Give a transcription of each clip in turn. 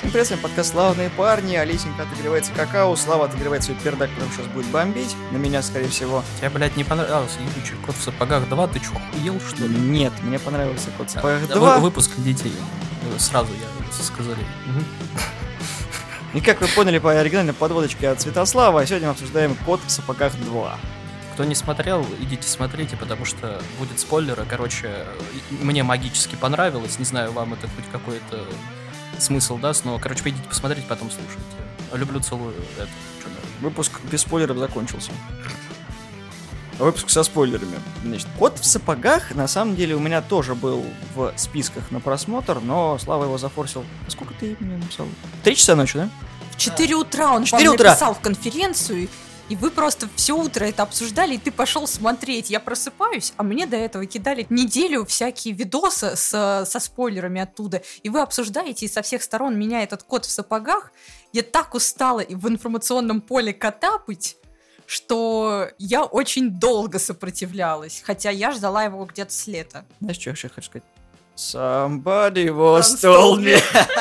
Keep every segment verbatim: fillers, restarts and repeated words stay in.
Всем привет, с вами подкаст «Славные парни». Алисенька отогревается какао, Слава отогревает свой пердак, потому что сейчас будет бомбить. На меня, скорее всего. Тебе, блядь, не понравился ебучий кот в сапогах два? Ты чё, охуел, что ли? Нет, мне понравился кот в сапогах а, два. Выпуск детей. Сразу я сказали. Угу. И как вы поняли по оригинальной подводочке от Святослава, сегодня мы обсуждаем кот в сапогах два. Кто не смотрел, идите смотрите, потому что будет спойлеры. Короче, мне магически понравилось. Не знаю, вам это хоть какой-то смысл даст, но, короче, пойдите посмотреть, потом слушайте. Люблю, целую. Это, Выпуск без спойлеров закончился. Выпуск со спойлерами. Значит, кот в сапогах, на самом деле, у меня тоже был в списках на просмотр, но Слава его зафорсил. А сколько ты мне написал? Три часа ночи, да? В четыре утра он вам написал в конференцию, и вы просто все утро это обсуждали, и ты пошел смотреть. Я просыпаюсь, а мне до этого кидали неделю всякие видосы с, со спойлерами оттуда, и вы обсуждаете, и со всех сторон меня этот кот в сапогах. Я так устала и в информационном поле кота быть, что я очень долго сопротивлялась, хотя я ждала его где-то с лета. Знаешь, что я хочу сказать? Somebody was told me.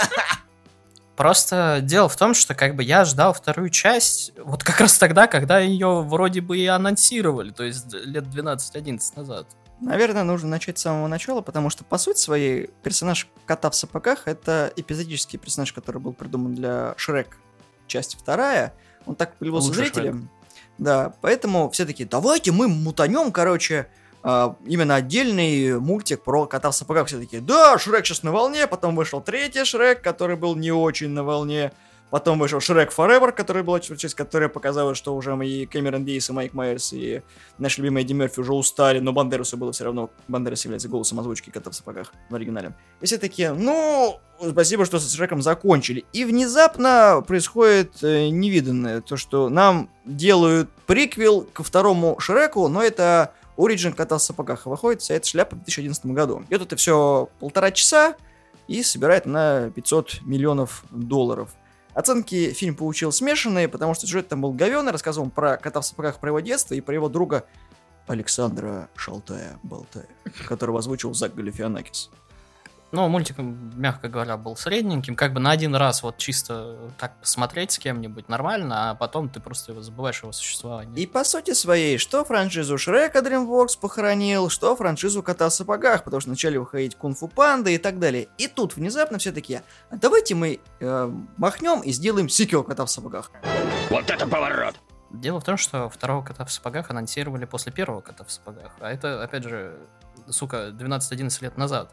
Просто дело в том, что как бы я ждал вторую часть вот как раз тогда, когда ее вроде бы и анонсировали, то есть лет двенадцать-одиннадцать назад. Наверное, нужно начать с самого начала, потому что, по сути своей, персонаж кота в сапогах — это эпизодический персонаж, который был придуман для Шрек, часть вторая. Он так появился зрителям. Да, поэтому все такие, давайте мы мутанем, короче, именно отдельный мультик про кота в сапогах. Все такие, да, Шрек сейчас на волне. Потом вышел третий Шрек, который был не очень на волне. Потом вышел Шрек Forever, который была часть, которая показала, что уже и Кэмерон Диас, и Майк Майерс, и наш любимый Эдди Мерфи уже устали, но Бандерасу было все равно. Бандерас является голосом озвучки кота в сапогах в оригинале. И все такие, ну, спасибо, что со Шреком закончили. И внезапно происходит э, невиданное. То, что нам делают приквел ко второму Шреку, но это Origin кота в сапогах. Выходит вся эта шляпа в две тысячи одиннадцатом году. И вот это все полтора часа и собирает на пятьсот миллионов долларов. Оценки фильм получил смешанные, потому что сюжет там был говёный, рассказывал про кота в сапогах, про его детство и про его друга Александра Шалтая-Болтая, которого озвучил Зак Галифианакис. Ну, мультик, мягко говоря, был средненьким. Как бы на один раз вот чисто так посмотреть с кем-нибудь нормально, а потом ты просто его забываешь его существование. И по сути своей, что франшизу Шрека DreamWorks похоронил, что франшизу кота в сапогах, потому что начали выходить Кунг-фу Панда и так далее. И тут внезапно все такие, а давайте мы э, махнем и сделаем сиквел кота в сапогах. Вот это поворот! Дело в том, что второго кота в сапогах анонсировали после первого кота в сапогах. А это, опять же, сука, двенадцать-одиннадцать лет назад.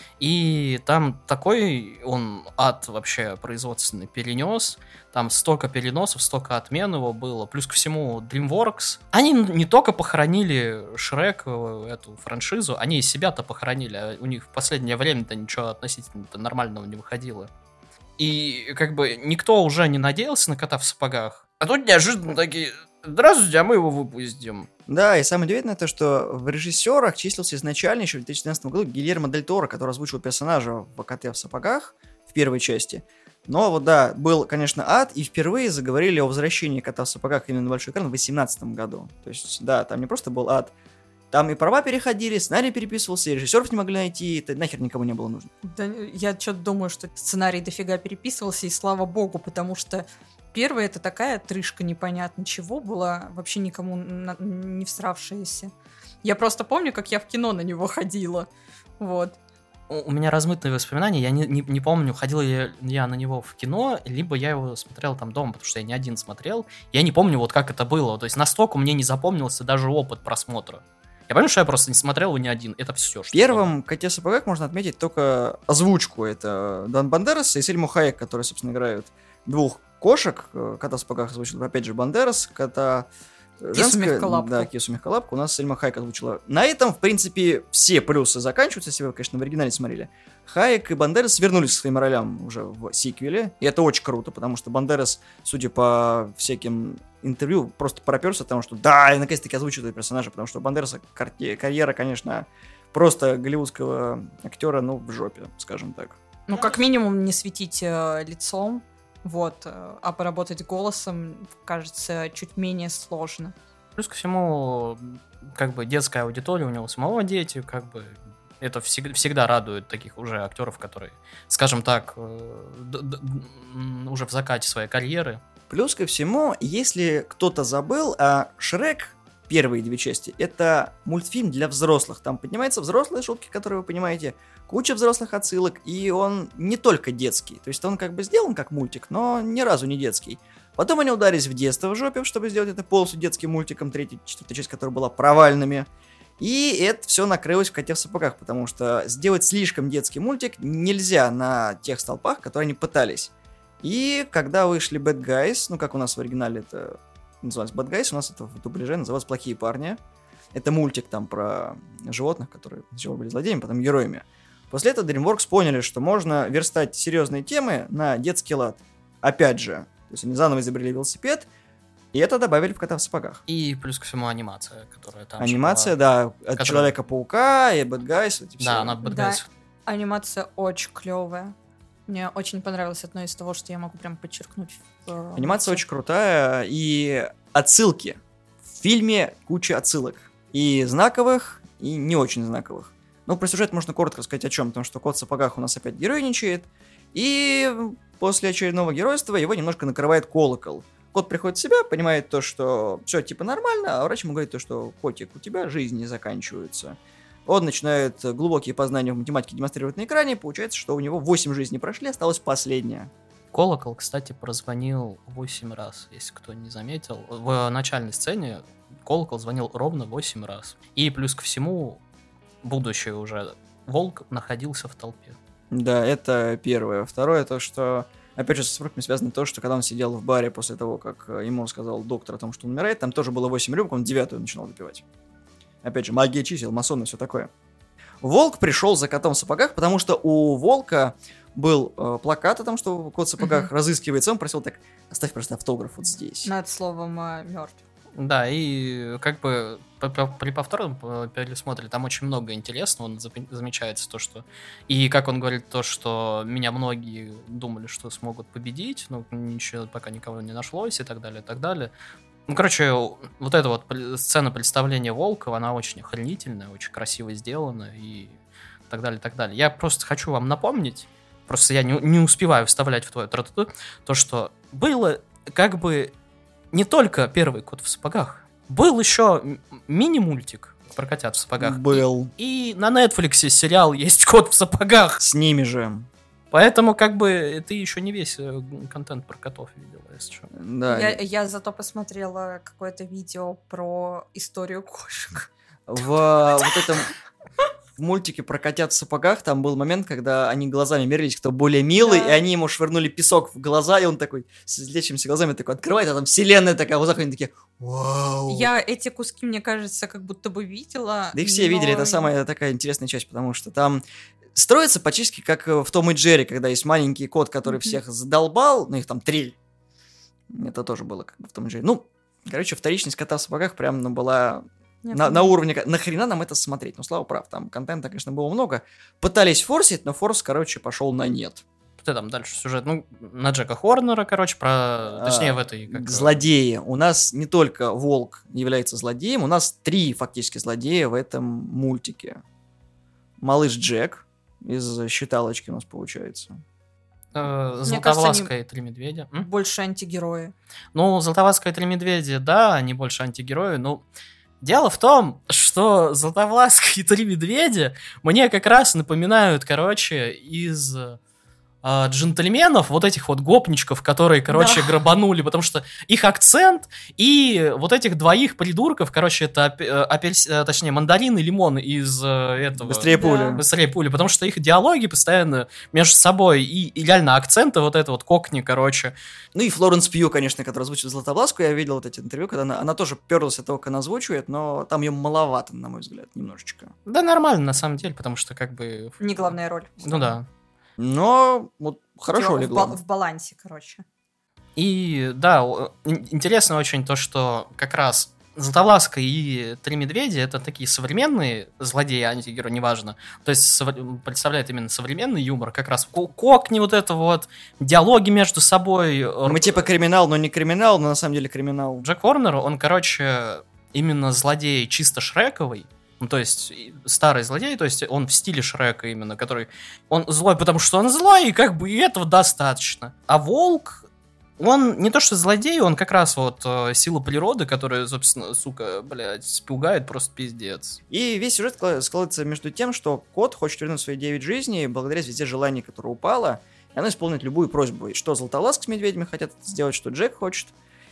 И там такой он ад вообще производственный перенес. Там столько переносов, столько отмен его было. Плюс ко всему DreamWorks. Они не только похоронили Шрек, эту франшизу, они и себя-то похоронили. А у них в последнее время-то ничего относительно нормального не выходило. И как бы никто уже не надеялся на кота в сапогах. А тут неожиданно такие, здравствуйте, а мы его выпустим. Да, и самое удивительное то, что в режиссерах числился изначально еще в две тысячи двенадцатом году Гильермо Дель Торо, который озвучил персонажа в «Коте в сапогах» в первой части. Но вот да, был, конечно, ад, и впервые заговорили о возвращении кота в сапогах именно на большой экран в две тысячи восемнадцатом году. То есть, да, там не просто был ад, там и права переходили, сценарий переписывался, и режиссеров не могли найти, это нахер никому не было нужно. Да, я что-то думаю, что сценарий дофига переписывался, и слава богу, потому что первая это такая трышка непонятно чего была, вообще никому на- не всравшаяся. Я просто помню, как я в кино на него ходила, вот. У меня размытые воспоминания, я не, не, не помню, ходил ли я на него в кино, либо я его смотрел там дома, потому что я не один смотрел. Я не помню, вот как это было, то есть настолько мне не запомнился даже опыт просмотра. Я помню, что я просто не смотрел его ни один, это все. В первом «Коте в сапогах» можно отметить только озвучку. Это Дан Бандерас и Сельму Хайек, которые, собственно, играют двух кошек. Кота в сапогах озвучил, опять же, Бандерас, кота... Кису Мягколапку. Да, Кису Мягколапку. У нас Сельма Хайек озвучила. На этом, в принципе, все плюсы заканчиваются, если вы, конечно, в оригинале смотрели. Хайек и Бандерас вернулись к своим ролям уже в сиквеле. И это очень круто, потому что Бандерас, судя по всяким интервью, просто проперся, потому что да, и наконец-таки озвучивает персонажа, потому что у Бандераса карьера, конечно, просто голливудского актера, ну, в жопе, скажем так. Ну, как минимум, не светить э, лицом. Вот, а поработать голосом, кажется, чуть менее сложно. Плюс ко всему, как бы детская аудитория, у него самого дети, как бы это всегда, всегда радует таких уже актеров, которые, скажем так, д- д- уже в закате своей карьеры. Плюс ко всему, если кто-то забыл, а Шрек, первые две части, это мультфильм для взрослых. Там поднимаются взрослые шутки, которые вы понимаете, куча взрослых отсылок, и он не только детский. То есть он как бы сделан как мультик, но ни разу не детский. Потом они ударились в детство в жопе, чтобы сделать это полностью детским мультиком, третья, четвертая часть, которая была провальными. И это все накрылось в «Коте в сапогах», потому что сделать слишком детский мультик нельзя на тех столпах, которые они пытались. И когда вышли Bad Guys, ну как у нас в оригинале это называлось Bad Guys, у нас это в дубляже называлось «Плохие парни». Это мультик там про животных, которые сначала были злодеями, потом героями. После этого DreamWorks поняли, что можно верстать серьезные темы на детский лад. Опять же, то есть они заново изобрели велосипед, и это добавили в «Кота в сапогах». И плюс ко всему анимация, которая там... Анимация, была, да, от которая... Человека-паука и Bad Guys. Вот да, все. она в Bad Да. Guys. Анимация очень клевая. Мне очень понравилось одно из того, что я могу прям подчеркнуть. В, Анимация в... очень крутая, и отсылки. В фильме куча отсылок. И знаковых, и не очень знаковых. Ну, про сюжет можно коротко рассказать о чем, потому что Кот в сапогах у нас опять геройничает, и после очередного геройства его немножко накрывает колокол. Кот приходит в себя, понимает то, что все типа нормально, а врач ему говорит то, что котик, у тебя жизнь не заканчивается. Он начинает глубокие познания в математике демонстрировать на экране, получается, что у него восемь жизней прошли, осталась последняя. Колокол, кстати, прозвонил восемь раз, если кто не заметил. В начальной сцене колокол звонил ровно восемь раз. И плюс ко всему, будущий уже волк находился в толпе. Да, это первое. Второе, то, что... Опять же, с сроками связано то, что когда он сидел в баре после того, как ему сказал доктор о том, что он умирает, там тоже было восемь рюмок, он девятую начинал допивать. Опять же, магия чисел, масоны, все такое. Волк пришел за Котом в сапогах, потому что у Волка был э, плакат о том, что Кот в сапогах Мгм. разыскивается. Он просил так, оставь просто автограф вот здесь. Над словом э, мертв. Да, и как бы по- по- при повторном э, пересмотре там очень много интересного, он запи- замечается то, что... И как он говорит то, что меня многие думали, что смогут победить, но ничего пока никого не нашлось и так далее, и так далее. Ну, короче, вот эта вот пр- сцена представления Волкова, она очень охренительная, очень красиво сделана и так далее, и так далее. Я просто хочу вам напомнить, просто я не, не успеваю вставлять в твое тра-та-та, то, что было как бы не только первый «Кот в сапогах», был еще м- мини-мультик про котят в сапогах. Был. И на Netflix сериал есть «Кот в сапогах». С ними же. Поэтому как бы ты еще не весь э, контент про котов видела, если что. Да. Я, я зато посмотрела какое-то видео про историю кошек. В вот этом в мультике про котят в сапогах там был момент, когда они глазами мерились, кто более милый, Да. и они ему швырнули песок в глаза, и он такой с излечившимися глазами такой открывает, а там вселенная такая, в глазах они такие вау. Я эти куски, мне кажется, как будто бы видела. Да их все но- видели, это самая такая интересная часть, потому что там строится почти как в Том и Джерри, когда есть маленький кот, который Мгм. всех задолбал, ну их там три. Это тоже было как бы в Том и Джерри. Ну, короче, вторичность Кота в сапогах прям ну, была Я на, на поняла. уровне... ка- Нахрена нам это смотреть? Ну, Слава прав, там контента, конечно, было много. Пытались форсить, но форс, короче, пошел на нет. Что там дальше сюжет? Ну, на Джека Хорнера, короче, про... Точнее, А, в этой... как- Злодеи. У нас не только Волк является злодеем, у нас три фактически злодея в этом мультике. Малыш Джек из считалочки у нас получается. э, Мне кажется, Златовласка и Три медведя. М? Больше антигерои. Ну, Златовласка и Три медведя, да, они больше антигерои, но... Дело в том, что Златовласка и Три медведя мне как раз напоминают, короче, из э, джентльменов, вот этих вот гопничков, которые, короче, Да. грабанули, потому что их акцент и вот этих двоих придурков, короче, это апе- э, апельс- э, точнее, мандарин и лимон из э, этого... Быстрее Да. пули. Быстрее пули, потому что их диалоги постоянно между собой и, и реально акценты, вот это вот кокни, короче. Ну и Флоренс Пью, конечно, которая озвучивает Златовласку. Я видел вот эти интервью, когда она, она тоже перлась от того, как она озвучивает, но там ее маловато, на мой взгляд, немножечко. Да нормально, на самом деле, потому что как бы... Не главная роль. Ну да. Но вот хорошо Типа в легло. ба- В балансе, короче. И да, о- ин- интересно очень то, что как раз Златовласка и Три медведя — это такие современные злодеи, антигерои, неважно. То есть сов- представляет именно современный юмор, как раз ко- кокни, вот это вот, диалоги между собой. Мы типа криминал, но не криминал, но на самом деле криминал. Джек Хорнер, он, короче, именно злодей чисто Шрековый, Ну, то есть, старый злодей, то есть, он в стиле Шрека именно, который... Он злой, потому что он злой, и как бы и этого достаточно. А волк, он не то что злодей, он как раз вот э, сила природы, которая, собственно, сука, блядь, спугает просто пиздец. И весь сюжет складывается между тем, что кот хочет вернуть свои девять жизней благодаря звезде желаний, которая упала, и она исполнит любую просьбу. И что Златовласка с медведями хотят сделать, что Джек хочет,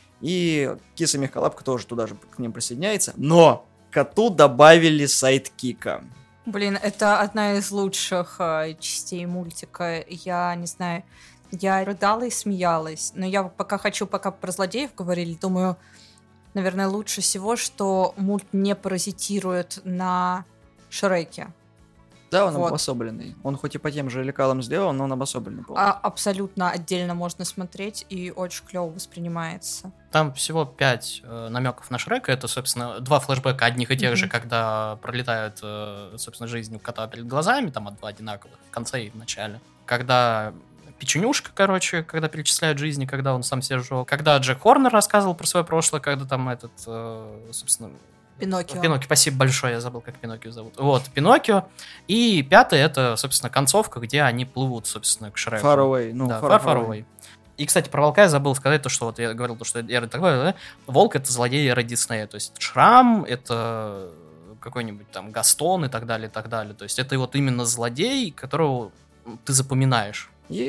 и киса Мягколапка тоже туда же к ним присоединяется. Но коту добавили сайдкика. Блин, это одна из лучших э, частей мультика. Я не знаю, я рыдала и смеялась. Но я пока хочу, пока про злодеев говорили, думаю, наверное, лучше всего, что мульт не паразитирует на Шреке. Да, он вот. обособленный. Он хоть и по тем же лекалам сделан, но он обособленный полностью. А абсолютно отдельно можно смотреть и очень клево воспринимается. Там всего пять э, намеков на Шрека. Это, собственно, два флешбека одних и тех mm-hmm. же, когда пролетают, э, собственно, жизнь у кота перед глазами, там от два одинаковых, в конце и в начале. Когда печенюшка, короче, когда перечисляют жизни, когда он сам себе жёг. Когда Джек Хорнер рассказывал про свое прошлое, когда там этот, э, собственно... Пиноккио. Пиноккио, спасибо большое, я забыл, как Пиноккио зовут. Вот, Пиноккио. И пятое, это, собственно, концовка, где они плывут, собственно, к Шреку. Far Away. Ну, да, Far, far, far far away. И, кстати, про волка я забыл сказать, то, что вот я говорил, то, что я такой, да? Волк — это злодей эры Диснея, то есть Шрам — это какой-нибудь там Гастон и так далее, и так далее. То есть это вот именно злодей, которого ты запоминаешь.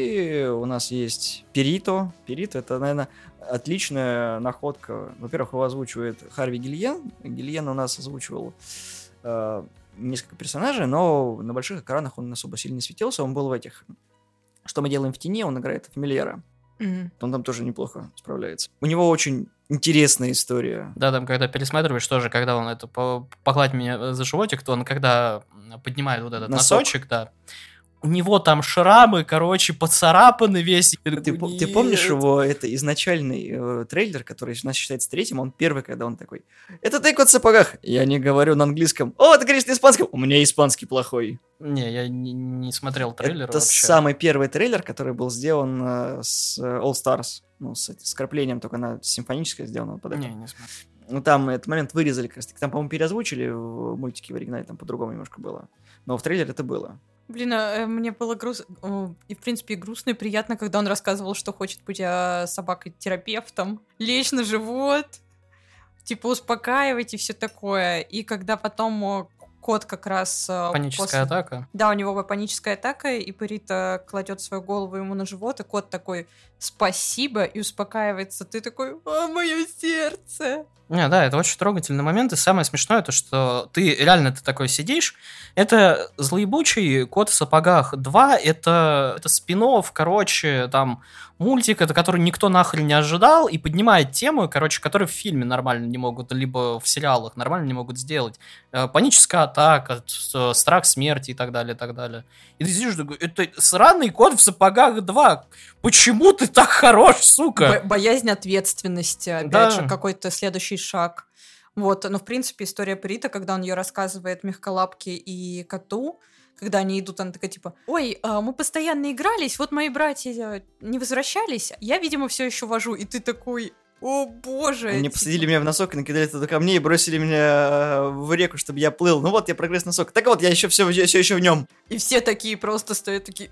И у нас есть Перито. Перито — это, наверное, отличная находка. Во-первых, его озвучивает Харви Гильен. Гильен у нас озвучивал э, несколько персонажей, но на больших экранах он особо сильно не светился. Он был в этих «Что мы делаем в тени», он играет фамильяра. Mm-hmm. Он там тоже неплохо справляется. У него очень интересная история. Да, там, когда пересматриваешь тоже, когда он это «Погладь меня за животик», то он когда поднимает вот этот Носок. носочек, да, у него там шрамы, короче, поцарапаны весь. Ты, ты помнишь его, это изначальный э, трейлер, который у нас считается третьим, он первый, когда он такой: «Это ты, кот в сапогах?» Я не говорю на английском. «О, ты говоришь на испанском?» У меня испанский плохой. Не, я не, не смотрел трейлер Это вообще. самый первый трейлер, который был сделан э, с All Stars, ну, с, с краплением, только она симфоническая сделана. Под не, не смотрел. Ну, там этот момент вырезали как раз таки. Там, по-моему, переозвучили в мультике в оригинале, там по-другому немножко было. Но в трейлере это было. Блин, а мне было грустно, и в принципе и грустно, и приятно, когда он рассказывал, что хочет быть а, собакой-терапевтом, лечь на живот, типа успокаивать и все такое. И когда потом кот как раз... Паническая после... атака? Да, у него паническая атака, и Перито кладет свою голову ему на живот, и кот такой: «Спасибо», и успокаивается. Ты такой: «О, мое сердце!» Не, да, это очень трогательный момент, и самое смешное, то, что ты реально ты такой сидишь, это «Злоебучий кот в сапогах два», это, это спин-офф, короче, там, мультик, это который никто нахрен не ожидал, и поднимает тему, короче, которую в фильме нормально не могут, либо в сериалах нормально не могут сделать. Паническая атака, страх смерти и так далее, и так далее. И ты сидишь, это «Сраный кот в сапогах два», почему ты так хорош, сука? Бо- боязнь ответственности, опять да. же, какой-то следующий шаг. Вот, но в принципе история Перито, когда он ее рассказывает Мягколапке и коту, когда они идут, она такая типа: «Ой, мы постоянно игрались, вот мои братья не возвращались, я, видимо, все еще вожу». И ты такой: «О боже». Они типа... посадили меня в носок и накидали туда камней и бросили меня в реку, чтобы я плыл. Ну вот, я прогресс носок. Так вот, я еще все, все еще в нем. И все такие просто стоят такие: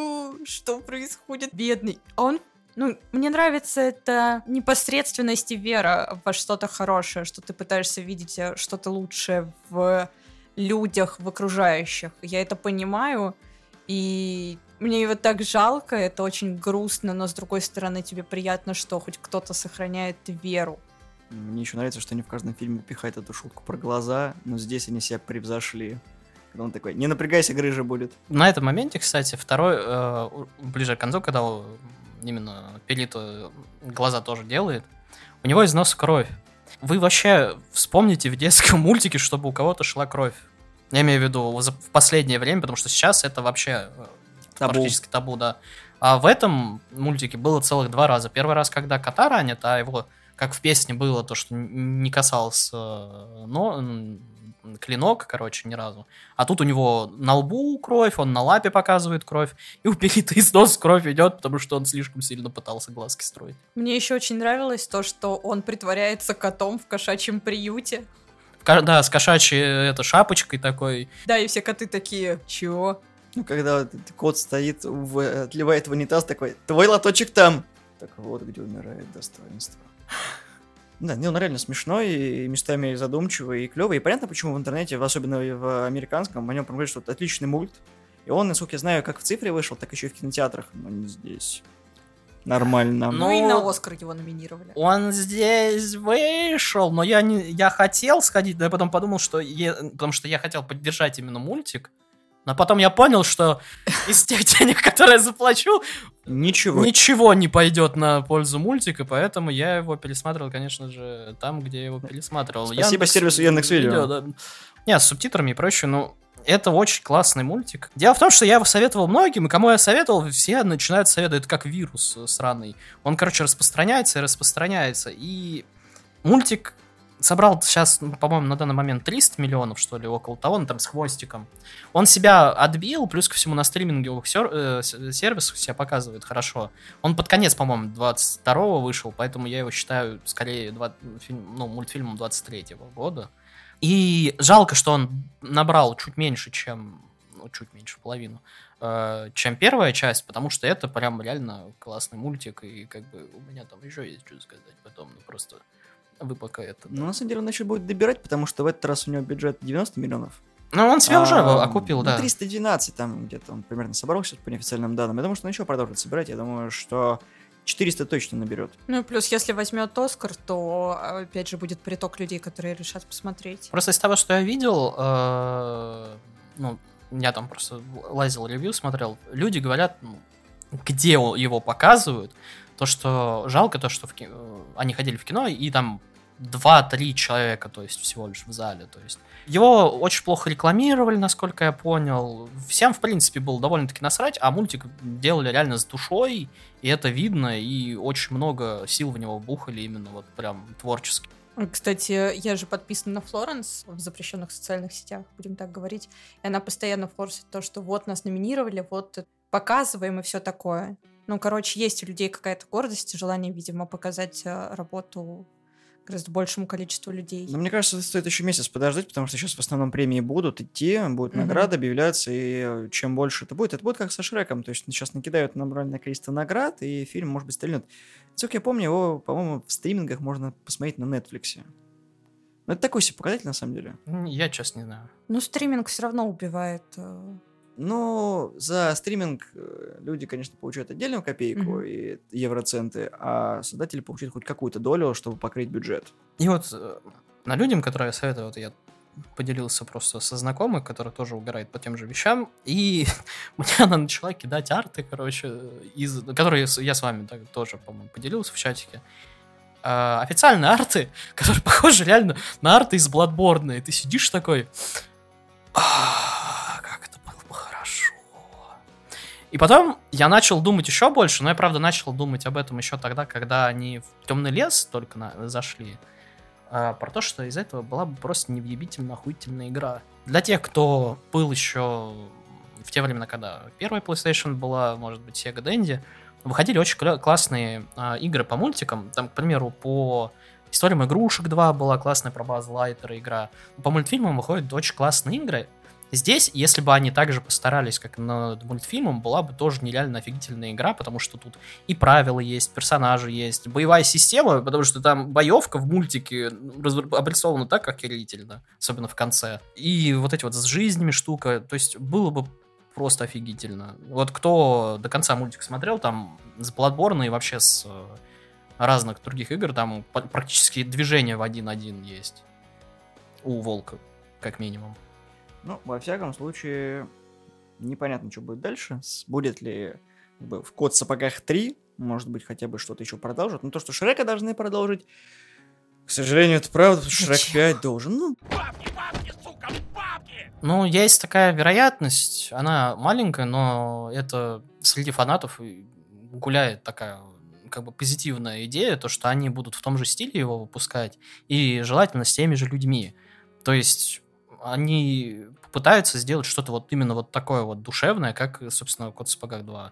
что происходит, бедный. А он... Ну, мне нравится эта непосредственность и вера во что-то хорошее, что ты пытаешься видеть что-то лучшее в людях, в окружающих. Я это понимаю, и мне его так жалко, это очень грустно, но с другой стороны тебе приятно, что хоть кто-то сохраняет веру. Мне еще нравится, что они в каждом фильме пихают эту шутку про глаза, но здесь они себя превзошли. Когда он такой: «Не напрягайся, грыжа будет». На этом моменте, кстати, второй, э, ближе к концу, когда именно Перито глаза тоже делает, у него из носа кровь. Вы вообще вспомните в детском мультике, чтобы у кого-то шла кровь. Я имею в виду в последнее время, потому что сейчас это вообще табу. Практически табу, да. А в этом мультике было целых два раза. Первый раз, когда кота ранят, а его, как в песне было, то, что не касался, но... клинок, короче, ни разу. А тут у него на лбу кровь, он на лапе показывает кровь, и у Перито из носа кровь идет, потому что он слишком сильно пытался глазки строить. Мне еще очень нравилось то, что он притворяется котом в кошачьем приюте. Да, с кошачьей это, шапочкой такой. Да, и все коты такие, чего? Ну, когда вот этот кот стоит, в, отливает в унитаз, такой, твой лоточек там. Так вот, где умирает достоинство. Да, не, он реально смешной, и местами задумчивый, и клевый. И понятно, почему в интернете, особенно в американском, о нем говорят, что это отличный мульт. И он, насколько я знаю, как в цифре вышел, так еще и в кинотеатрах, но не здесь. Нормально. Ну, и на Оскар его номинировали. Он здесь вышел, но я не, я хотел сходить, но я потом подумал, что я, потому что я хотел поддержать именно мультик, но потом я понял, что из тех денег, которые я заплачу, ничего. ничего не пойдет на пользу мультика, поэтому я его пересматривал, конечно же, там, где я его пересматривал. Спасибо Яндекс... сервису Яндекс.Видео. Да. Нет, с субтитрами и прочее, ну... Это очень классный мультик. Дело в том, что я его советовал многим, и кому я советовал, все начинают советовать. Это как вирус сраный. Он, короче, распространяется и распространяется. И мультик собрал сейчас, по-моему, на данный момент триста миллионов, что ли, около того, ну там с хвостиком. Он себя отбил, плюс ко всему на стриминговых сер- э, сервисах себя показывает хорошо. Он под конец, по-моему, двадцать второго вышел, поэтому я его считаю скорее два, фильм, ну, мультфильмом двадцать третьего года. И жалко, что он набрал чуть меньше, чем, ну, чуть меньше, половину, э, чем первая часть, потому что это прям реально классный мультик, и как бы у меня там еще есть что сказать потом, ну просто вы пока это... Ну, на самом деле, он еще будет добирать, потому что в этот раз у него бюджет девяносто миллионов. Ну, он себя а, уже окупил, ну, да. триста двенадцать там где-то он примерно собрал сейчас по неофициальным данным. Я думаю, что он еще продолжит собирать, я думаю, что... четыреста точно наберет. Ну и плюс, если возьмет Оскар, то опять же будет приток людей, которые решат посмотреть. Просто из того, что я видел, э, ну, я там просто лазил ревью, смотрел, люди говорят, ну, где его показывают, то, что жалко, то, что в кино, они ходили в кино, и там два-три человека, то есть всего лишь в зале, то есть его очень плохо рекламировали, насколько я понял. Всем, в принципе, было довольно-таки насрать, а мультик делали реально с душой, и это видно, и очень много сил в него вбухали именно вот прям творчески. Кстати, я же подписана на Флоренс в запрещенных социальных сетях, будем так говорить, и она постоянно форсит то, что вот нас номинировали, вот показываем и все такое. Ну, короче, есть у людей какая-то гордость и желание, видимо, показать работу гораздо большему количеству людей. Но мне кажется, стоит еще месяц подождать, потому что сейчас в основном премии будут идти, будут mm-hmm. награды объявляться, и чем больше это будет, это будет как со Шреком, то есть сейчас накидают набранное количество наград, и фильм, может быть, стрельнет. Насколько я помню, его, по-моему, в стримингах можно посмотреть на Netflix. Но это такой себе показатель, на самом деле. Я, честно, не знаю. Ну, стриминг все равно убивает... Ну, за стриминг люди, конечно, получают отдельную копейку mm-hmm. и евроценты, а создатели получают хоть какую-то долю, чтобы покрыть бюджет. И вот на людям, которые я советую, вот я поделился просто со знакомой, которая тоже угорает по тем же вещам, и мне она начала кидать арты, короче, из, которые я с вами так, тоже, по-моему, поделился в чатике. А, официальные арты, которые похожи реально на арты из Bloodborne, и ты сидишь такой... И потом я начал думать еще больше, но я, правда, начал думать об этом еще тогда, когда они в темный лес только на, зашли, а, про то, что из этого была бы просто невъебительно охуительная игра. Для тех, кто был еще в те времена, когда первая PlayStation была, может быть, Sega Dendy, выходили очень кля- классные а, игры по мультикам. Там, к примеру, по Историям игрушек два была классная про Базз Лайтера игра. По мультфильмам выходят очень классные игры. Здесь, если бы они так же постарались, как над мультфильмом, была бы тоже нереально офигительная игра, потому что тут и правила есть, персонажи есть, боевая система, потому что там боевка в мультике обрисована так охерительно, особенно в конце. И вот эти вот с жизнями штука, то есть было бы просто офигительно. Вот кто до конца мультик смотрел, там с Bloodborne и вообще с разных других игр, там практически движение в один-один есть у Волка, как минимум. Ну, во всяком случае, непонятно, что будет дальше. Будет ли как бы, в «Кот в сапогах три», может быть, хотя бы что-то еще продолжат. Но то, что Шрека должны продолжить, к сожалению, это правда, потому что Шрек пять должен. Ну, бабки, бабки, сука, бабки! Ну, есть такая вероятность, она маленькая, но это среди фанатов гуляет такая как бы позитивная идея, то, что они будут в том же стиле его выпускать, и желательно с теми же людьми. То есть они попытаются сделать что-то вот именно вот такое вот душевное, как, собственно, «Кот в сапогах два».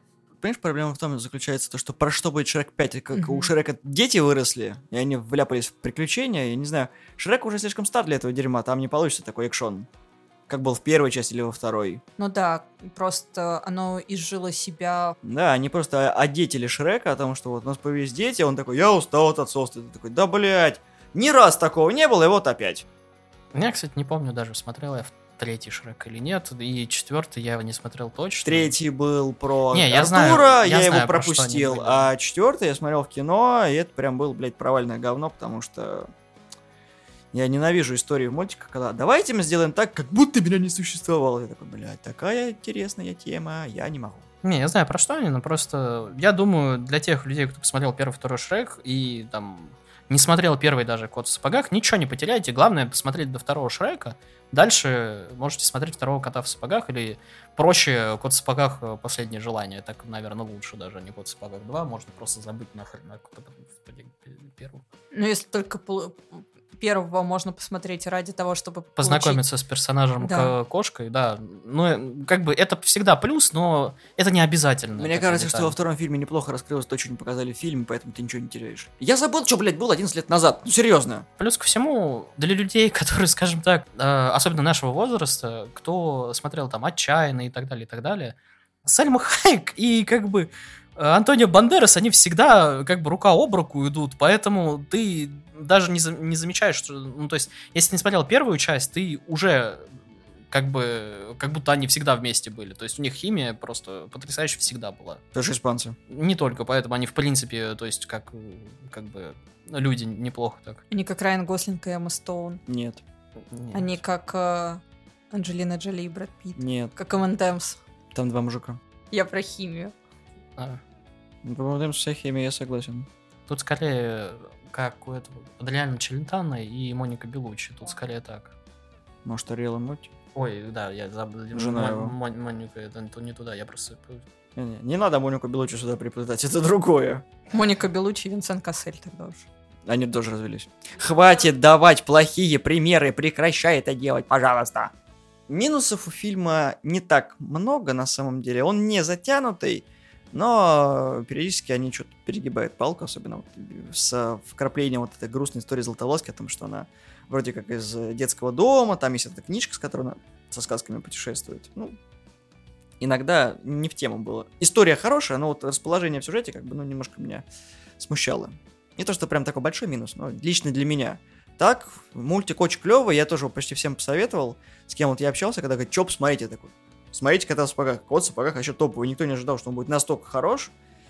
понимаешь, проблема в том заключается, то, что про что будет Шрек пять, как Мгм. у Шрека дети выросли, и они вляпались в приключения, я не знаю, Шрек уже слишком стар для этого дерьма, там не получится такой экшон, как был в первой части или во второй. Ну да, просто оно изжило себя. Да, они просто одетели Шрека о том, что вот у нас появились дети, он такой, я устал от отцовства, ты такой, да, блядь, ни раз такого не было, и вот опять. Я, кстати, не помню даже, смотрел я в третий Шрек или нет, и четвертый я его не смотрел точно. Третий был про Не, я Артура, знаю, я, я его знаю, про что они пропустил, были. а четвертый я смотрел в кино, и это прям был, блядь, провальное говно, потому что я ненавижу истории в мультиках, когда давайте мы сделаем так, как будто меня не существовало. Я такой, блядь, такая интересная тема, я не могу. Не, я знаю, про что они, но просто я думаю, для тех людей, кто посмотрел первый, второй Шрек и там не смотрел первый даже Кот в сапогах, ничего не потеряете. Главное посмотреть до второго Шрека. Дальше можете смотреть второго Кота в сапогах или проще Кот в сапогах Последнее желание. Так, наверное, лучше даже, не Кот в сапогах два. Можно просто забыть нахрен на первого. Ну, если только пол- первого можно посмотреть ради того, чтобы Познакомиться с персонажем Да. к- кошкой, да. Ну, как бы это всегда плюс, но это не обязательно. Мне такая кажется, что деталь. во втором фильме неплохо раскрылось то, что не показали в фильме, поэтому ты ничего не теряешь. Я забыл, что, блядь, было одиннадцать лет назад. Ну, серьезно. Плюс ко всему, для людей, которые, скажем так, э, особенно нашего возраста, кто смотрел там «Отчаянный» и так далее, и так далее, Сальма Хайек и как бы э, Антонио Бандерас, они всегда как бы рука об руку идут, поэтому ты даже не, за- не замечаешь, что, ну, то есть, если ты не смотрел первую часть, ты уже как бы, как будто они всегда вместе были, то есть у них химия просто потрясающая всегда была. Потому что испанцы. Не только поэтому, они в принципе, то есть, как, как бы, люди неплохо так. Они как Райан Гослинг и Эмма Стоун. Нет, Нет. Они как э, Анджелина Джоли и Брэд Питт. нет, Как Эмментемс. там два мужика. Я про химию. А, Ну, по-моему, с химией я согласен. Тут скорее как у этого Адриано Челентано и Моника Белуччи. Тут скорее так. Может, Ариэла Мотти? Ой, да, я забыл. Жена Мо- его. Мон- Моника, это то не туда, я просто... Не, не, не надо Монику Белуччи сюда приплетать, это другое. Моника Белуччи и Винсент Кассель тогда уж. Они тоже развелись. Хватит давать плохие примеры, прекращай это делать, пожалуйста. Минусов у фильма не так много на самом деле. Он не затянутый, но периодически они что-то перегибают палку, особенно вот с вкраплением вот этой грустной истории Златовласки о том, что она вроде как из детского дома, там есть эта книжка, с которой она со сказками путешествует. Ну, иногда не в тему было. История хорошая, но вот расположение в сюжете как бы, ну, немножко меня смущало. Не то, что прям такой большой минус, но лично для меня. Так, мультик очень клевый, я тоже его почти всем посоветовал. С кем вот я общался, когда говорит, чё, посмотрите, такой. Смотрите «Кота в сапогах». «Кот в сапогах» еще топовый. Никто не ожидал, что он будет настолько хорош.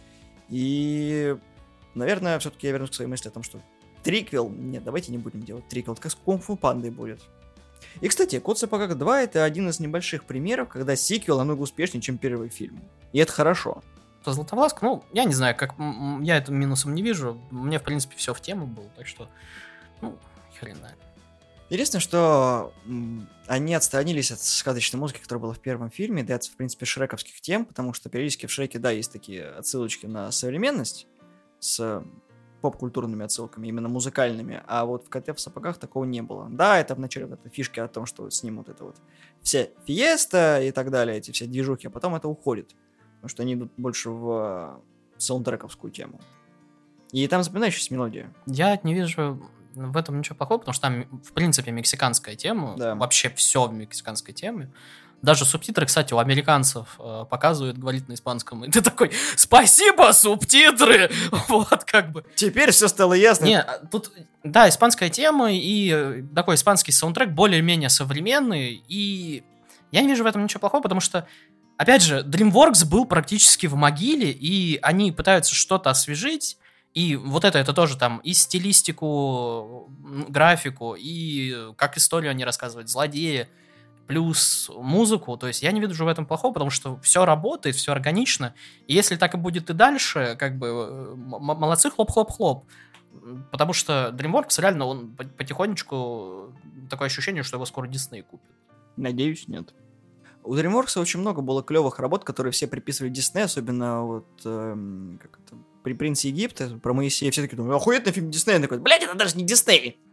И, наверное, все-таки я вернусь к своей мысли о том, что триквел... Нет, давайте не будем делать триквел. Как с Кунг-фу Пандой будет. И, кстати, «Кот в сапогах два» — это один из небольших примеров, когда сиквел намного успешнее, чем первый фильм. И это хорошо. Златовласка, ну, я не знаю, как м, м, я это минусом не вижу. Мне, в принципе, все в тему было, так что, ну, хрен знает. Единственное, что м, они отстранились от сказочной музыки, которая была в первом фильме, да и от, в принципе, шрековских тем, потому что периодически в Шреке, да, есть такие отсылочки на современность с поп-культурными отсылками, именно музыкальными, а вот в «Коте в сапогах» такого не было. Да, это вначале вот эта фишка о том, что снимут это вот все фиеста и так далее, эти все движухи, а потом это уходит, потому что они идут больше в саундтрековскую тему. И там запоминающаяся мелодия. Я не вижу в этом ничего плохого, потому что там, в принципе, мексиканская тема, Да. вообще все в мексиканской теме. Даже субтитры, кстати, у американцев э, показывают, говорит на испанском. И ты такой, спасибо, субтитры! Вот, как бы. Теперь все стало ясно. Не, а тут, да, испанская тема и э, такой испанский саундтрек более-менее современный. И я не вижу в этом ничего плохого, потому что, опять же, DreamWorks был практически в могиле, и они пытаются что-то освежить. И вот это, это тоже там и стилистику, м, графику, и как историю они рассказывают, злодеи, плюс музыку. То есть я не вижу в этом плохого, потому что все работает, все органично. И если так и будет и дальше, как бы э, м- молодцы, хлоп-хлоп-хлоп. М, Потому что DreamWorks реально, он по- потихонечку, такое ощущение, что его скоро Disney купит. Надеюсь, нет. У DreamWorks очень много было клевых работ, которые все приписывали Дисней, особенно вот эм, как это, при «Принце Египта», про Моисея, все такие думают, охуенный фильм Диснея, такой, блядь, это даже не Дисней.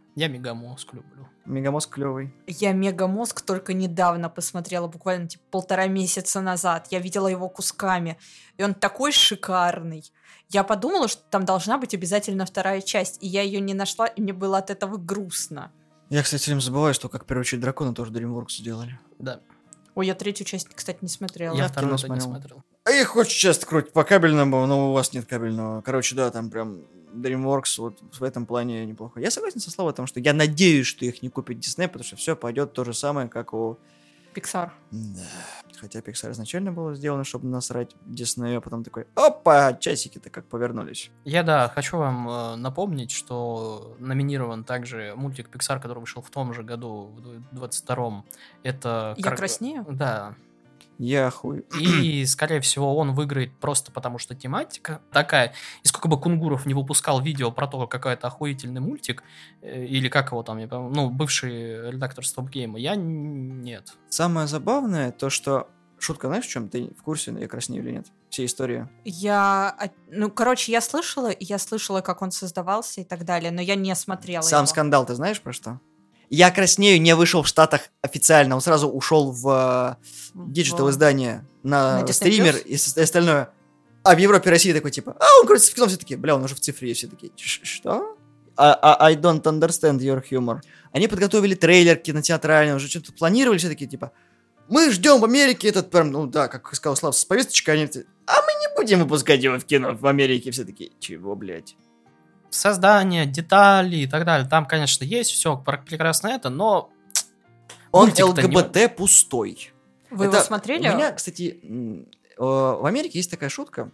Я Мегамозг люблю. Мегамозг клевый. Я Мегамозг только недавно посмотрела, буквально типа полтора месяца назад. Я видела его кусками, и он такой шикарный. Я подумала, что там должна быть обязательно вторая часть, и я ее не нашла, и мне было от этого грустно. Я, кстати, все время забываю, что как приручить дракона тоже DreamWorks сделали. Да. Ой, я третью часть, кстати, не смотрела. Я Я вторую кино не смотрел. смотрел. А их очень часто крутят по кабельному, но у вас нет кабельного. Короче, да, там прям DreamWorks вот в этом плане неплохо. Я согласен со Славой о том, что я надеюсь, что их не купит Disney, потому что все пойдет то же самое, как у... Pixar. Да. Хотя Pixar изначально было сделано, чтобы насрать Disney, а потом такой, опа, часики-то как повернулись. Я, да, хочу вам э, напомнить, что номинирован также мультик Pixar, который вышел в том же году, в двадцать втором. Это... Я Кар- краснею? Да. Я хуй. И, скорее всего, он выиграет просто потому, что тематика такая. И сколько бы Кунгуров не выпускал видео про то, какой это охуительный мультик, э, или как его там, я помню, ну, бывший редактор Стопгейма, я н- нет. Самое забавное, то что... Шутка, знаешь, в чем? Ты в курсе, я краснею или нет? Все истории. Я... от- Ну, короче, я слышала, и я слышала, как он создавался и так далее, но я не смотрела Сам его. скандал, ты знаешь про что? Я краснею не вышел в Штатах официально, он сразу ушел в диджитал издание на, На Disney+? стример и с- остальное. А в Европе и России такой типа, а он крутится в кино, все таки, бля, он уже в цифре, и все такие, «Ш- что? А- а- I don't understand your humor. Они подготовили трейлер кинотеатральный, уже что-то планировали, все такие типа, мы ждем в Америке этот прям, ну да, как сказал Слав, с повесточкой, они такие, а мы не будем выпускать его в кино в Америке, все такие, чего, блядь? Создание, детали и так далее. Там, конечно, есть все прекрасно это, но... Он мультик-то не- ЛГБТ пустой. Вы Это его смотрели? У меня, кстати, м, э, в Америке есть такая шутка.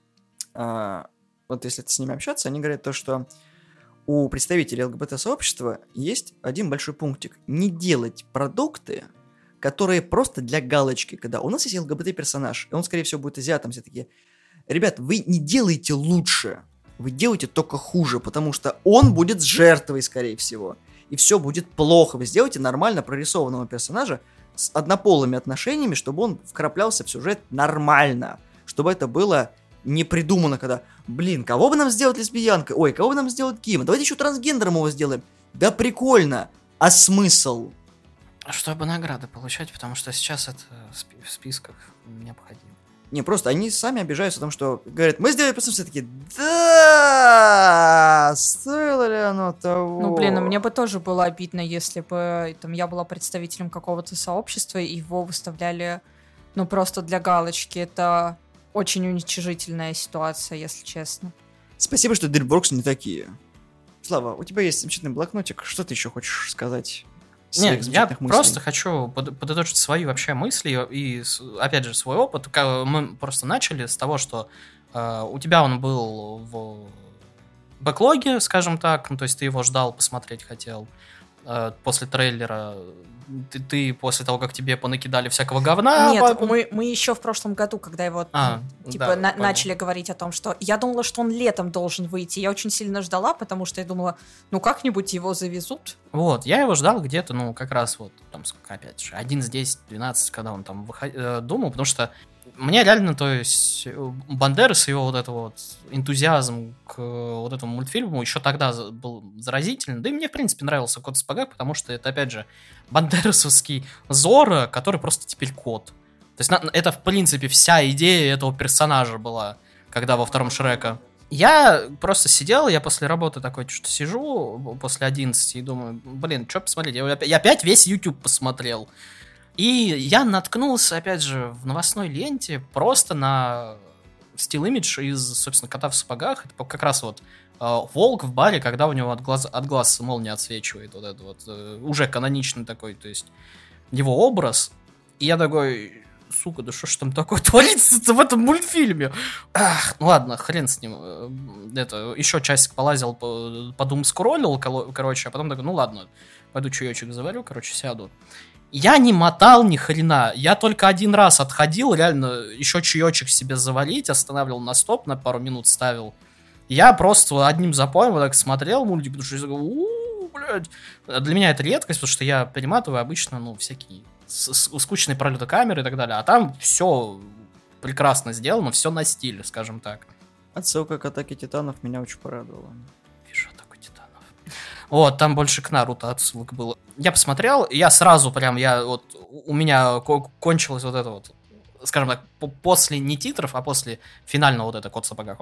А, вот если ты с ними общаться, они говорят то, что у представителей ЛГБТ-сообщества есть один большой пунктик. Не делать продукты, которые просто для галочки. Когда у нас есть ЛГБТ-персонаж, и он, скорее всего, будет азиатом, все такие, ребят, вы не делаете лучше, вы делаете только хуже, потому что он будет с жертвой, скорее всего. И все будет плохо. Вы сделаете нормально прорисованного персонажа с однополыми отношениями, чтобы он вкраплялся в сюжет нормально. Чтобы это было не придумано, когда, блин, кого бы нам сделать лесбиянкой? Ой, кого бы нам сделать Кима? Давайте еще трансгендером его сделаем. Да прикольно. А смысл? Чтобы награды получать, потому что сейчас это в спи- в списках необходимо. Не, просто они сами обижаются о том, что говорят, мы сделали персонаж, все такие, да, стоило ли оно того? Ну, блин, а мне бы тоже было обидно, если бы там, я была представителем какого-то сообщества, и его выставляли, ну, просто для галочки. Это очень уничижительная ситуация, если честно. Спасибо, что DreamWorks не такие. Слава, у тебя есть замечательный блокнотик, что ты еще хочешь сказать? Нет, я замечательных мыслей? просто хочу под- подытожить свои вообще мысли и, с- опять же, свой опыт. Ка- Мы просто начали с того, что э, у тебя он был в бэклоге, скажем так, ну, то есть ты его ждал, посмотреть хотел. Э, после трейлера ты, ты после того, как тебе понакидали всякого говна... Нет, по- мы, мы еще в прошлом году, когда его А, ну, типа да, на- понял. начали говорить о том, что я думала, что он летом должен выйти. Я очень сильно ждала, потому что я думала, ну как-нибудь его завезут. Вот, я его ждал где-то, ну, как раз вот, там, сколько, опять же, одиннадцать, десять, двенадцать, когда он там выход... э, думал, потому что мне реально, то есть, Бандерас и его вот это вот энтузиазм к э, вот этому мультфильму еще тогда за- был заразительный, да и мне, в принципе, нравился Кот в сапогах, потому что это, опять же, бандерасовский Зорро, который просто теперь кот. То есть, на- это, в принципе, вся идея этого персонажа была, когда во втором Шрека. Я просто сидел, я после работы такой что-то сижу, после одиннадцати, и думаю, блин, что посмотреть? Я опять, я опять весь YouTube посмотрел. И я наткнулся, опять же, в новостной ленте просто на стил имидж из, собственно, Кота в сапогах. Это как раз вот э, волк в баре, когда у него от глаз, от глаз молния отсвечивает. Вот это вот э, уже каноничный такой, то есть его образ. И я такой... Сука, да что ж там такое творится-то в этом мультфильме? Ах, ну ладно, хрен с ним. Э, Это, еще часик полазил, по- подумскроллил, коло- короче, а потом такой, ну ладно, пойду чаечек заварю, короче, сяду. Я не мотал ни хрена, я только один раз отходил, реально, еще чаечек себе завалить, останавливал на стоп, на пару минут ставил. Я просто одним запоем вот так смотрел мультик, потому что я такой, у блядь. Для меня это редкость, потому что я перематываю обычно, ну, всякие с- с- скучные пролеты камеры и так далее. А там все прекрасно сделано, все на стиле, скажем так. Отсылка к Атаке Титанов меня очень порадовала. Вижу атаку титанов. Вот, там больше к Наруто отсылок было. Я посмотрел, я сразу прям, я вот, у меня кончилось вот это вот, скажем так, после не титров, а после финального вот это «Кот в сапогах».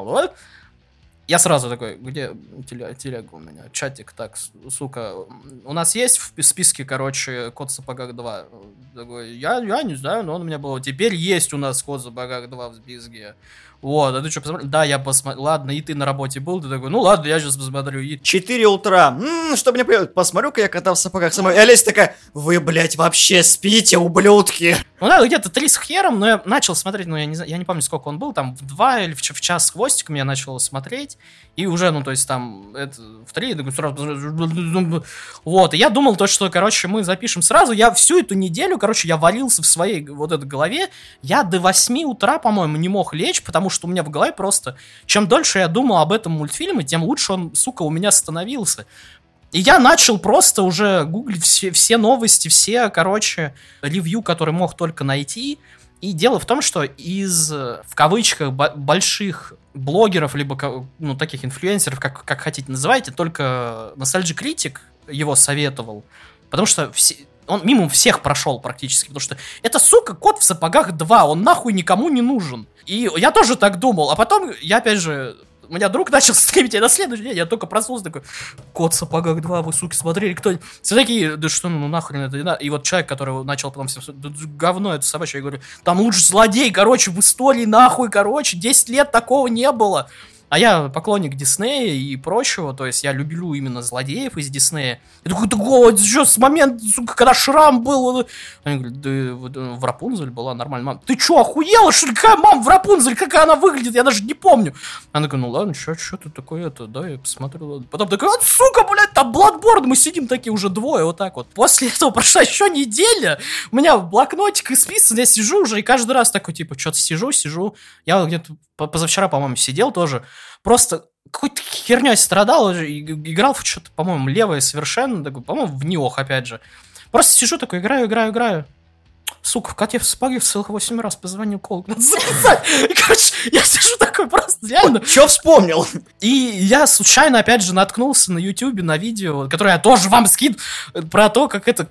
Я сразу такой, где телега, телега у меня, чатик, так, сука, у нас есть в списке, короче, «Кот в сапогах два»? Такой, я, я не знаю, но он у меня был. Теперь есть у нас «Кот в сапогах два» в списке. Вот, а ты что, посмотрел? Да, я посмотрел. Ладно, и ты на работе был? Ты такой, ну ладно, я сейчас посмотрю. четыре утра. М-м, что мне привет? Посмотрю-ка я «Кота в сапогах» самой. И Олеся такая, вы, блядь, вообще спите, ублюдки. Ну да, где-то три с хером, но я начал смотреть, ну я не знаю, я не помню, сколько он был, там в два или в, в час с хвостиком я начал смотреть. И уже, ну, то есть там, это, в три, я такой, сразу... Вот, и я думал то, что, короче, мы запишем сразу. Я всю эту неделю, короче, я валился в своей вот этой голове. Я до восьми утра, по-моему, не мог лечь, потому что у меня в голове просто... Чем дольше я думал об этом мультфильме, тем лучше он, сука, у меня становился. И я начал просто уже гуглить все, все новости, все, короче, ревью, которые мог только найти. И дело в том, что из, в кавычках, больших блогеров, либо, ну, таких инфлюенсеров, как, как хотите называйте, только Nostalgia Critic его советовал. Потому что все, он мимо всех прошел практически, потому что это, сука, «Кот в сапогах два», он нахуй никому не нужен. И я тоже так думал, а потом я, опять же... У меня друг начал стримить, и на следующий день я только проснулся, такой, «Кот в сапогах два», вы, суки, смотрели, кто-нибудь? Все такие, да что, ну нахрен это не надо. И вот человек, который начал потом все, да, говно это собачье, я говорю, там лучший злодей, короче, в истории, нахуй, короче, десять лет такого не было. А я поклонник Диснея и прочего, то есть я люблю именно злодеев из Диснея. Я такой, да, что, с момента, сука, когда Шрам был... Они говорят, да, в Рапунцель была нормально. Мам, ты что, охуела, что ли? Какая мама в Рапунцель, какая она выглядит, я даже не помню. Она такая, ну ладно, что, что ты такое, это, да, я посмотрю. Ладно. Потом такой, вот, сука, блядь, там Bloodborne, мы сидим такие уже двое, вот так вот. После этого прошла еще неделя, у меня блокнотик исписан, я сижу уже, и каждый раз такой, типа, что-то сижу, сижу. Я где-то позавчера, по-моему, сидел тоже, просто какой-то херней страдал, играл в что-то, по-моему, левое совершенно, такой, по-моему, в Ниох, опять же. Просто сижу такой, играю, играю, играю. Сука, в «Коте в сапогах» целых восемь раз позвонил Колк, надо записать. И, короче, я сижу такой просто, реально. Чё вспомнил? И я случайно, опять же, наткнулся на Ютубе на видео, которое я тоже вам скину, про то, как это...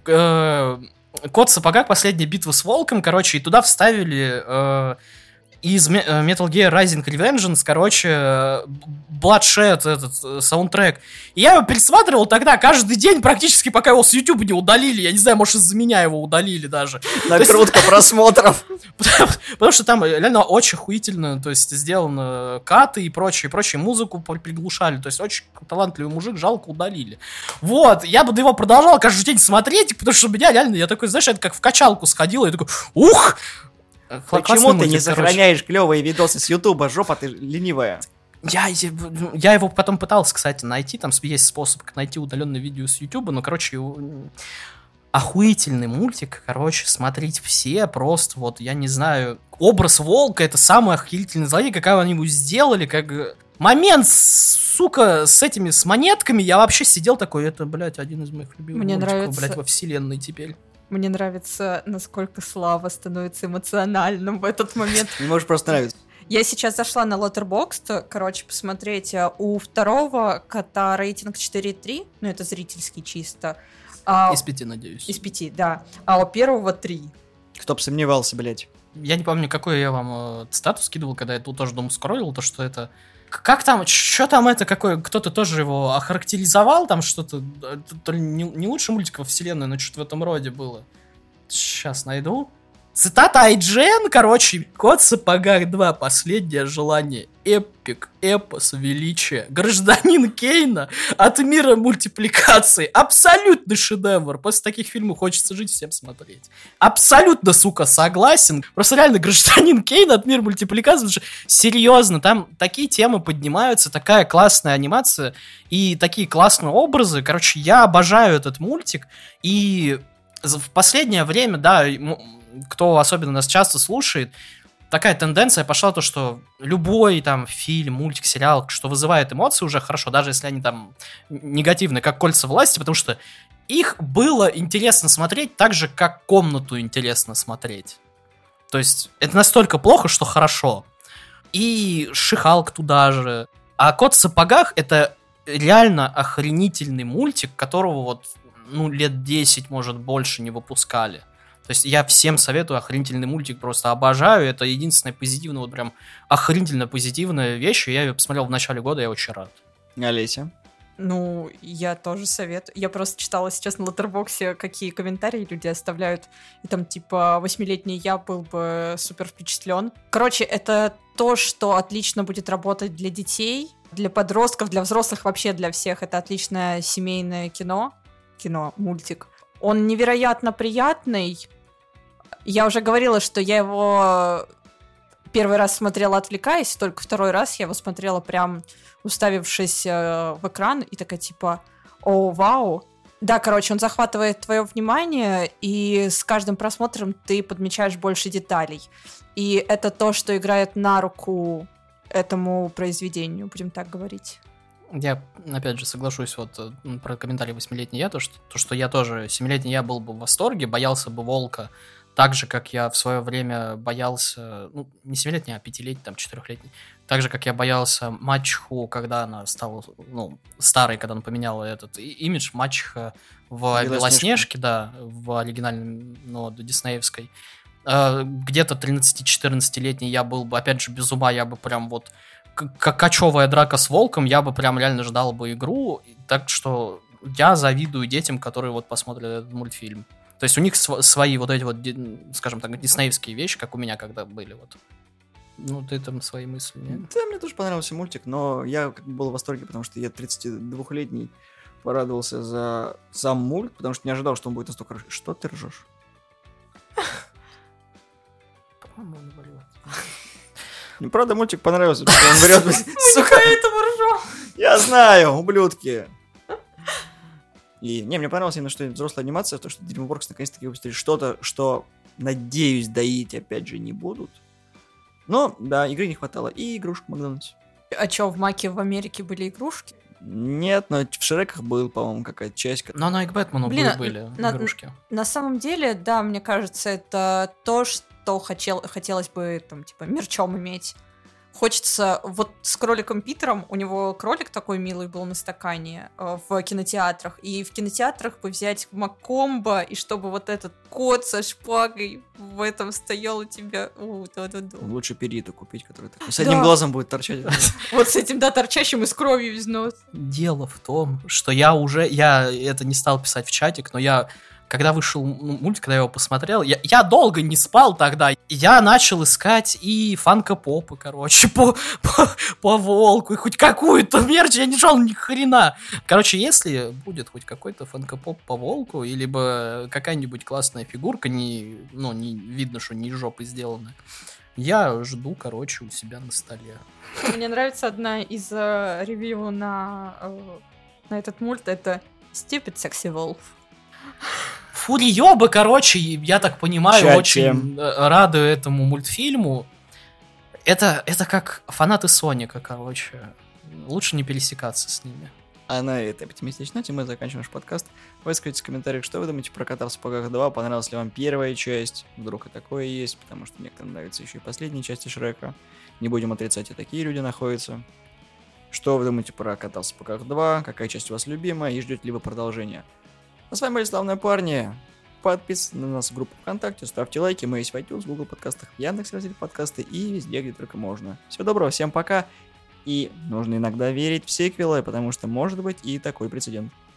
Э, «Кот в сапогах», последняя битва с волком, короче, и туда вставили... Э, из Metal Gear Rising Revengeance, короче, Bloodshed, этот саундтрек. И я его пересматривал тогда каждый день, практически, пока его с YouTube не удалили. Я не знаю, может, из-за меня его удалили даже. Накрутка просмотров. Потому что там реально очень охуительно, то есть, сделано каты и прочее, прочее, музыку приглушали. То есть, очень талантливый мужик, жалко, удалили. Вот, я бы его продолжал каждый день смотреть, потому что у меня реально, я такой, знаешь, это как в качалку сходил, я такой, ух! Почему ты не сохраняешь клевые видосы с Ютуба, жопа ты ленивая? Я, я его потом пытался, кстати, найти, там есть способ найти удаленное видео с Ютуба, но, короче, охуительный мультик, короче, смотреть все, просто вот, я не знаю, образ волка, это самый охуительный злодей, какая они его сделали, как... Момент, сука, с этими, с монетками, я вообще сидел такой, это, блядь, один из моих любимых Мне мультиков, нравится... блядь, во вселенной теперь. Мне нравится, насколько Слава становится эмоциональным в этот момент. Мне может просто нравится. Я сейчас зашла на Letterboxd, короче, посмотреть. У второго кота рейтинг четыре и три, ну это зрительский чисто. А... Из пяти, надеюсь. Из пяти, да. А у первого три. Кто бы сомневался, блядь. Я не помню, какой я вам э, статус скидывал, когда я тут тоже дом скроллил, то что это... Как там, что там это, какой, кто-то тоже его охарактеризовал, там что-то, то ли не, не лучший мультик во вселенной, но что-то в этом роде было. Сейчас найду. Цитата ай джи эн, короче, «Кот в сапогах два. Последнее желание. Эпик, эпос, величие. Гражданин Кейна от мира мультипликации. Абсолютный шедевр. После таких фильмов хочется жить, всем смотреть. Абсолютно, сука, согласен. Просто реально Гражданин Кейна от мира мультипликации. Потому что, серьезно, там такие темы поднимаются, такая классная анимация и такие классные образы. Короче, я обожаю этот мультик. И в последнее время, да, кто особенно нас часто слушает, такая тенденция пошла, то, что любой там фильм, мультик, сериал, что вызывает эмоции, уже хорошо, даже если они там негативные, как «Кольца власти», потому что их было интересно смотреть так же, как «Комнату» интересно смотреть. То есть это настолько плохо, что хорошо. И «Шихалк» туда же. А «Кот в сапогах» — это реально охренительный мультик, которого вот, ну, лет десять, может, больше не выпускали. То есть я всем советую, охренительный мультик, просто обожаю. Это единственная позитивная, вот прям охренительно позитивная вещь. Я ее посмотрел в начале года, я очень рад. Олеся? Ну, я тоже советую. Я просто читала сейчас на Letterboxd, какие комментарии люди оставляют. И там, типа, восьмилетний я был бы супер впечатлен. Короче, это то, что отлично будет работать для детей, для подростков, для взрослых, вообще для всех. Это отличное семейное кино. Кино, мультик. Он невероятно приятный. Я уже говорила, что я его первый раз смотрела, отвлекаясь, только второй раз я его смотрела прям уставившись э, в экран и такая типа «О, вау!». Да, короче, он захватывает твое внимание, и с каждым просмотром ты подмечаешь больше деталей. И это то, что играет на руку этому произведению, будем так говорить. Я, опять же, соглашусь вот про комментарий восьмилетний я, то что, то, что я тоже, семилетний я был бы в восторге, боялся бы волка, так же, как я в свое время боялся, ну, не семилетний, а пятилетний, там, четырехлетний, так же, как я боялся мачеху, когда она стала, ну, старой, когда она поменяла этот имидж, мачеха в Белоснежке, да, в оригинальном, ну, диснеевской. Где-то тринадцати-четырнадцатилетний я был бы, опять же, без ума, я бы прям вот, как кочевая драка с волком, я бы прям реально ждал бы игру, так что я завидую детям, которые вот посмотрят этот мультфильм. То есть у них св- свои вот эти вот, скажем так, диснеевские вещи, как у меня когда были вот. Ну, ты там свои мысли, нет? Да, мне тоже понравился мультик, но я как бы был в восторге, потому что я тридцатидвухлетний порадовался за сам мульт, потому что не ожидал, что он будет настолько хороший. Что ты ржешь? По-моему, он болел. Ну, правда, мультик понравился, потому что он берет... Сука, этому ржем. Я знаю, ублюдки. И не, мне понравилось именно, что взрослая анимация, то, что DreamWorks наконец-таки выпустили что-то, что, надеюсь, доить опять же не будут. Но, да, игры не хватало. И игрушек в Макдональдсе. А чё, в Маке в Америке были игрушки? Нет, но в Шреках был, по-моему, какая-то часть. Но она и к Бэтмену Блин, были на- игрушки. На самом деле, да, мне кажется, это то, что хотел, хотелось бы, там, типа, мерчом иметь. Хочется... Вот с кроликом Питером, у него кролик такой милый был на стакане э, в кинотеатрах, и в кинотеатрах бы взять Маккомбо, и чтобы вот этот кот со шпагой в этом стоял у тебя... У, да-да-да. Лучше периту купить, который такой с одним Да. глазом будет торчать. Вот с этим, да, торчащим и с кровью из носа. Дело в том, что я уже... Я это не стал писать в чатик, но я... Когда вышел мультик, когда я его посмотрел, я, я долго не спал тогда. Я начал искать и фанко-попы, короче, по, по, по волку, и хоть какую-то мерч, я не жал ни хрена. Короче, если будет хоть какой-то фанко-поп по волку, или бы какая-нибудь классная фигурка, не, ну, не видно, что не из жопы сделана, я жду, короче, у себя на столе. Мне нравится одна из э, ревью на, э, на этот мульт, это Stupid Sexy Wolf. Фуриёбы, короче, я так понимаю, Чачи. очень э, рады этому мультфильму. Это, это как фанаты Соника, короче. Лучше не пересекаться с ними. А на этой оптимистичной ноте мы заканчиваем наш подкаст. Выскажите в комментариях, что вы думаете про «Кота в сапогах два». Понравилась ли вам первая часть? Вдруг и такое есть, потому что некоторым нравятся еще и последние части Шрека. Не будем отрицать, и такие люди находятся. Что вы думаете про «Кота в сапогах два»? Какая часть у вас любимая? И ждете ли вы продолжения? А с вами были славные парни. Подписывайтесь на нас в группу ВКонтакте, ставьте лайки. Мы есть в iTunes, в Google подкастах, в Яндекс.Разделе подкасты и везде, где только можно. Всего доброго, всем пока. И нужно иногда верить в сиквелы, потому что может быть и такой прецедент.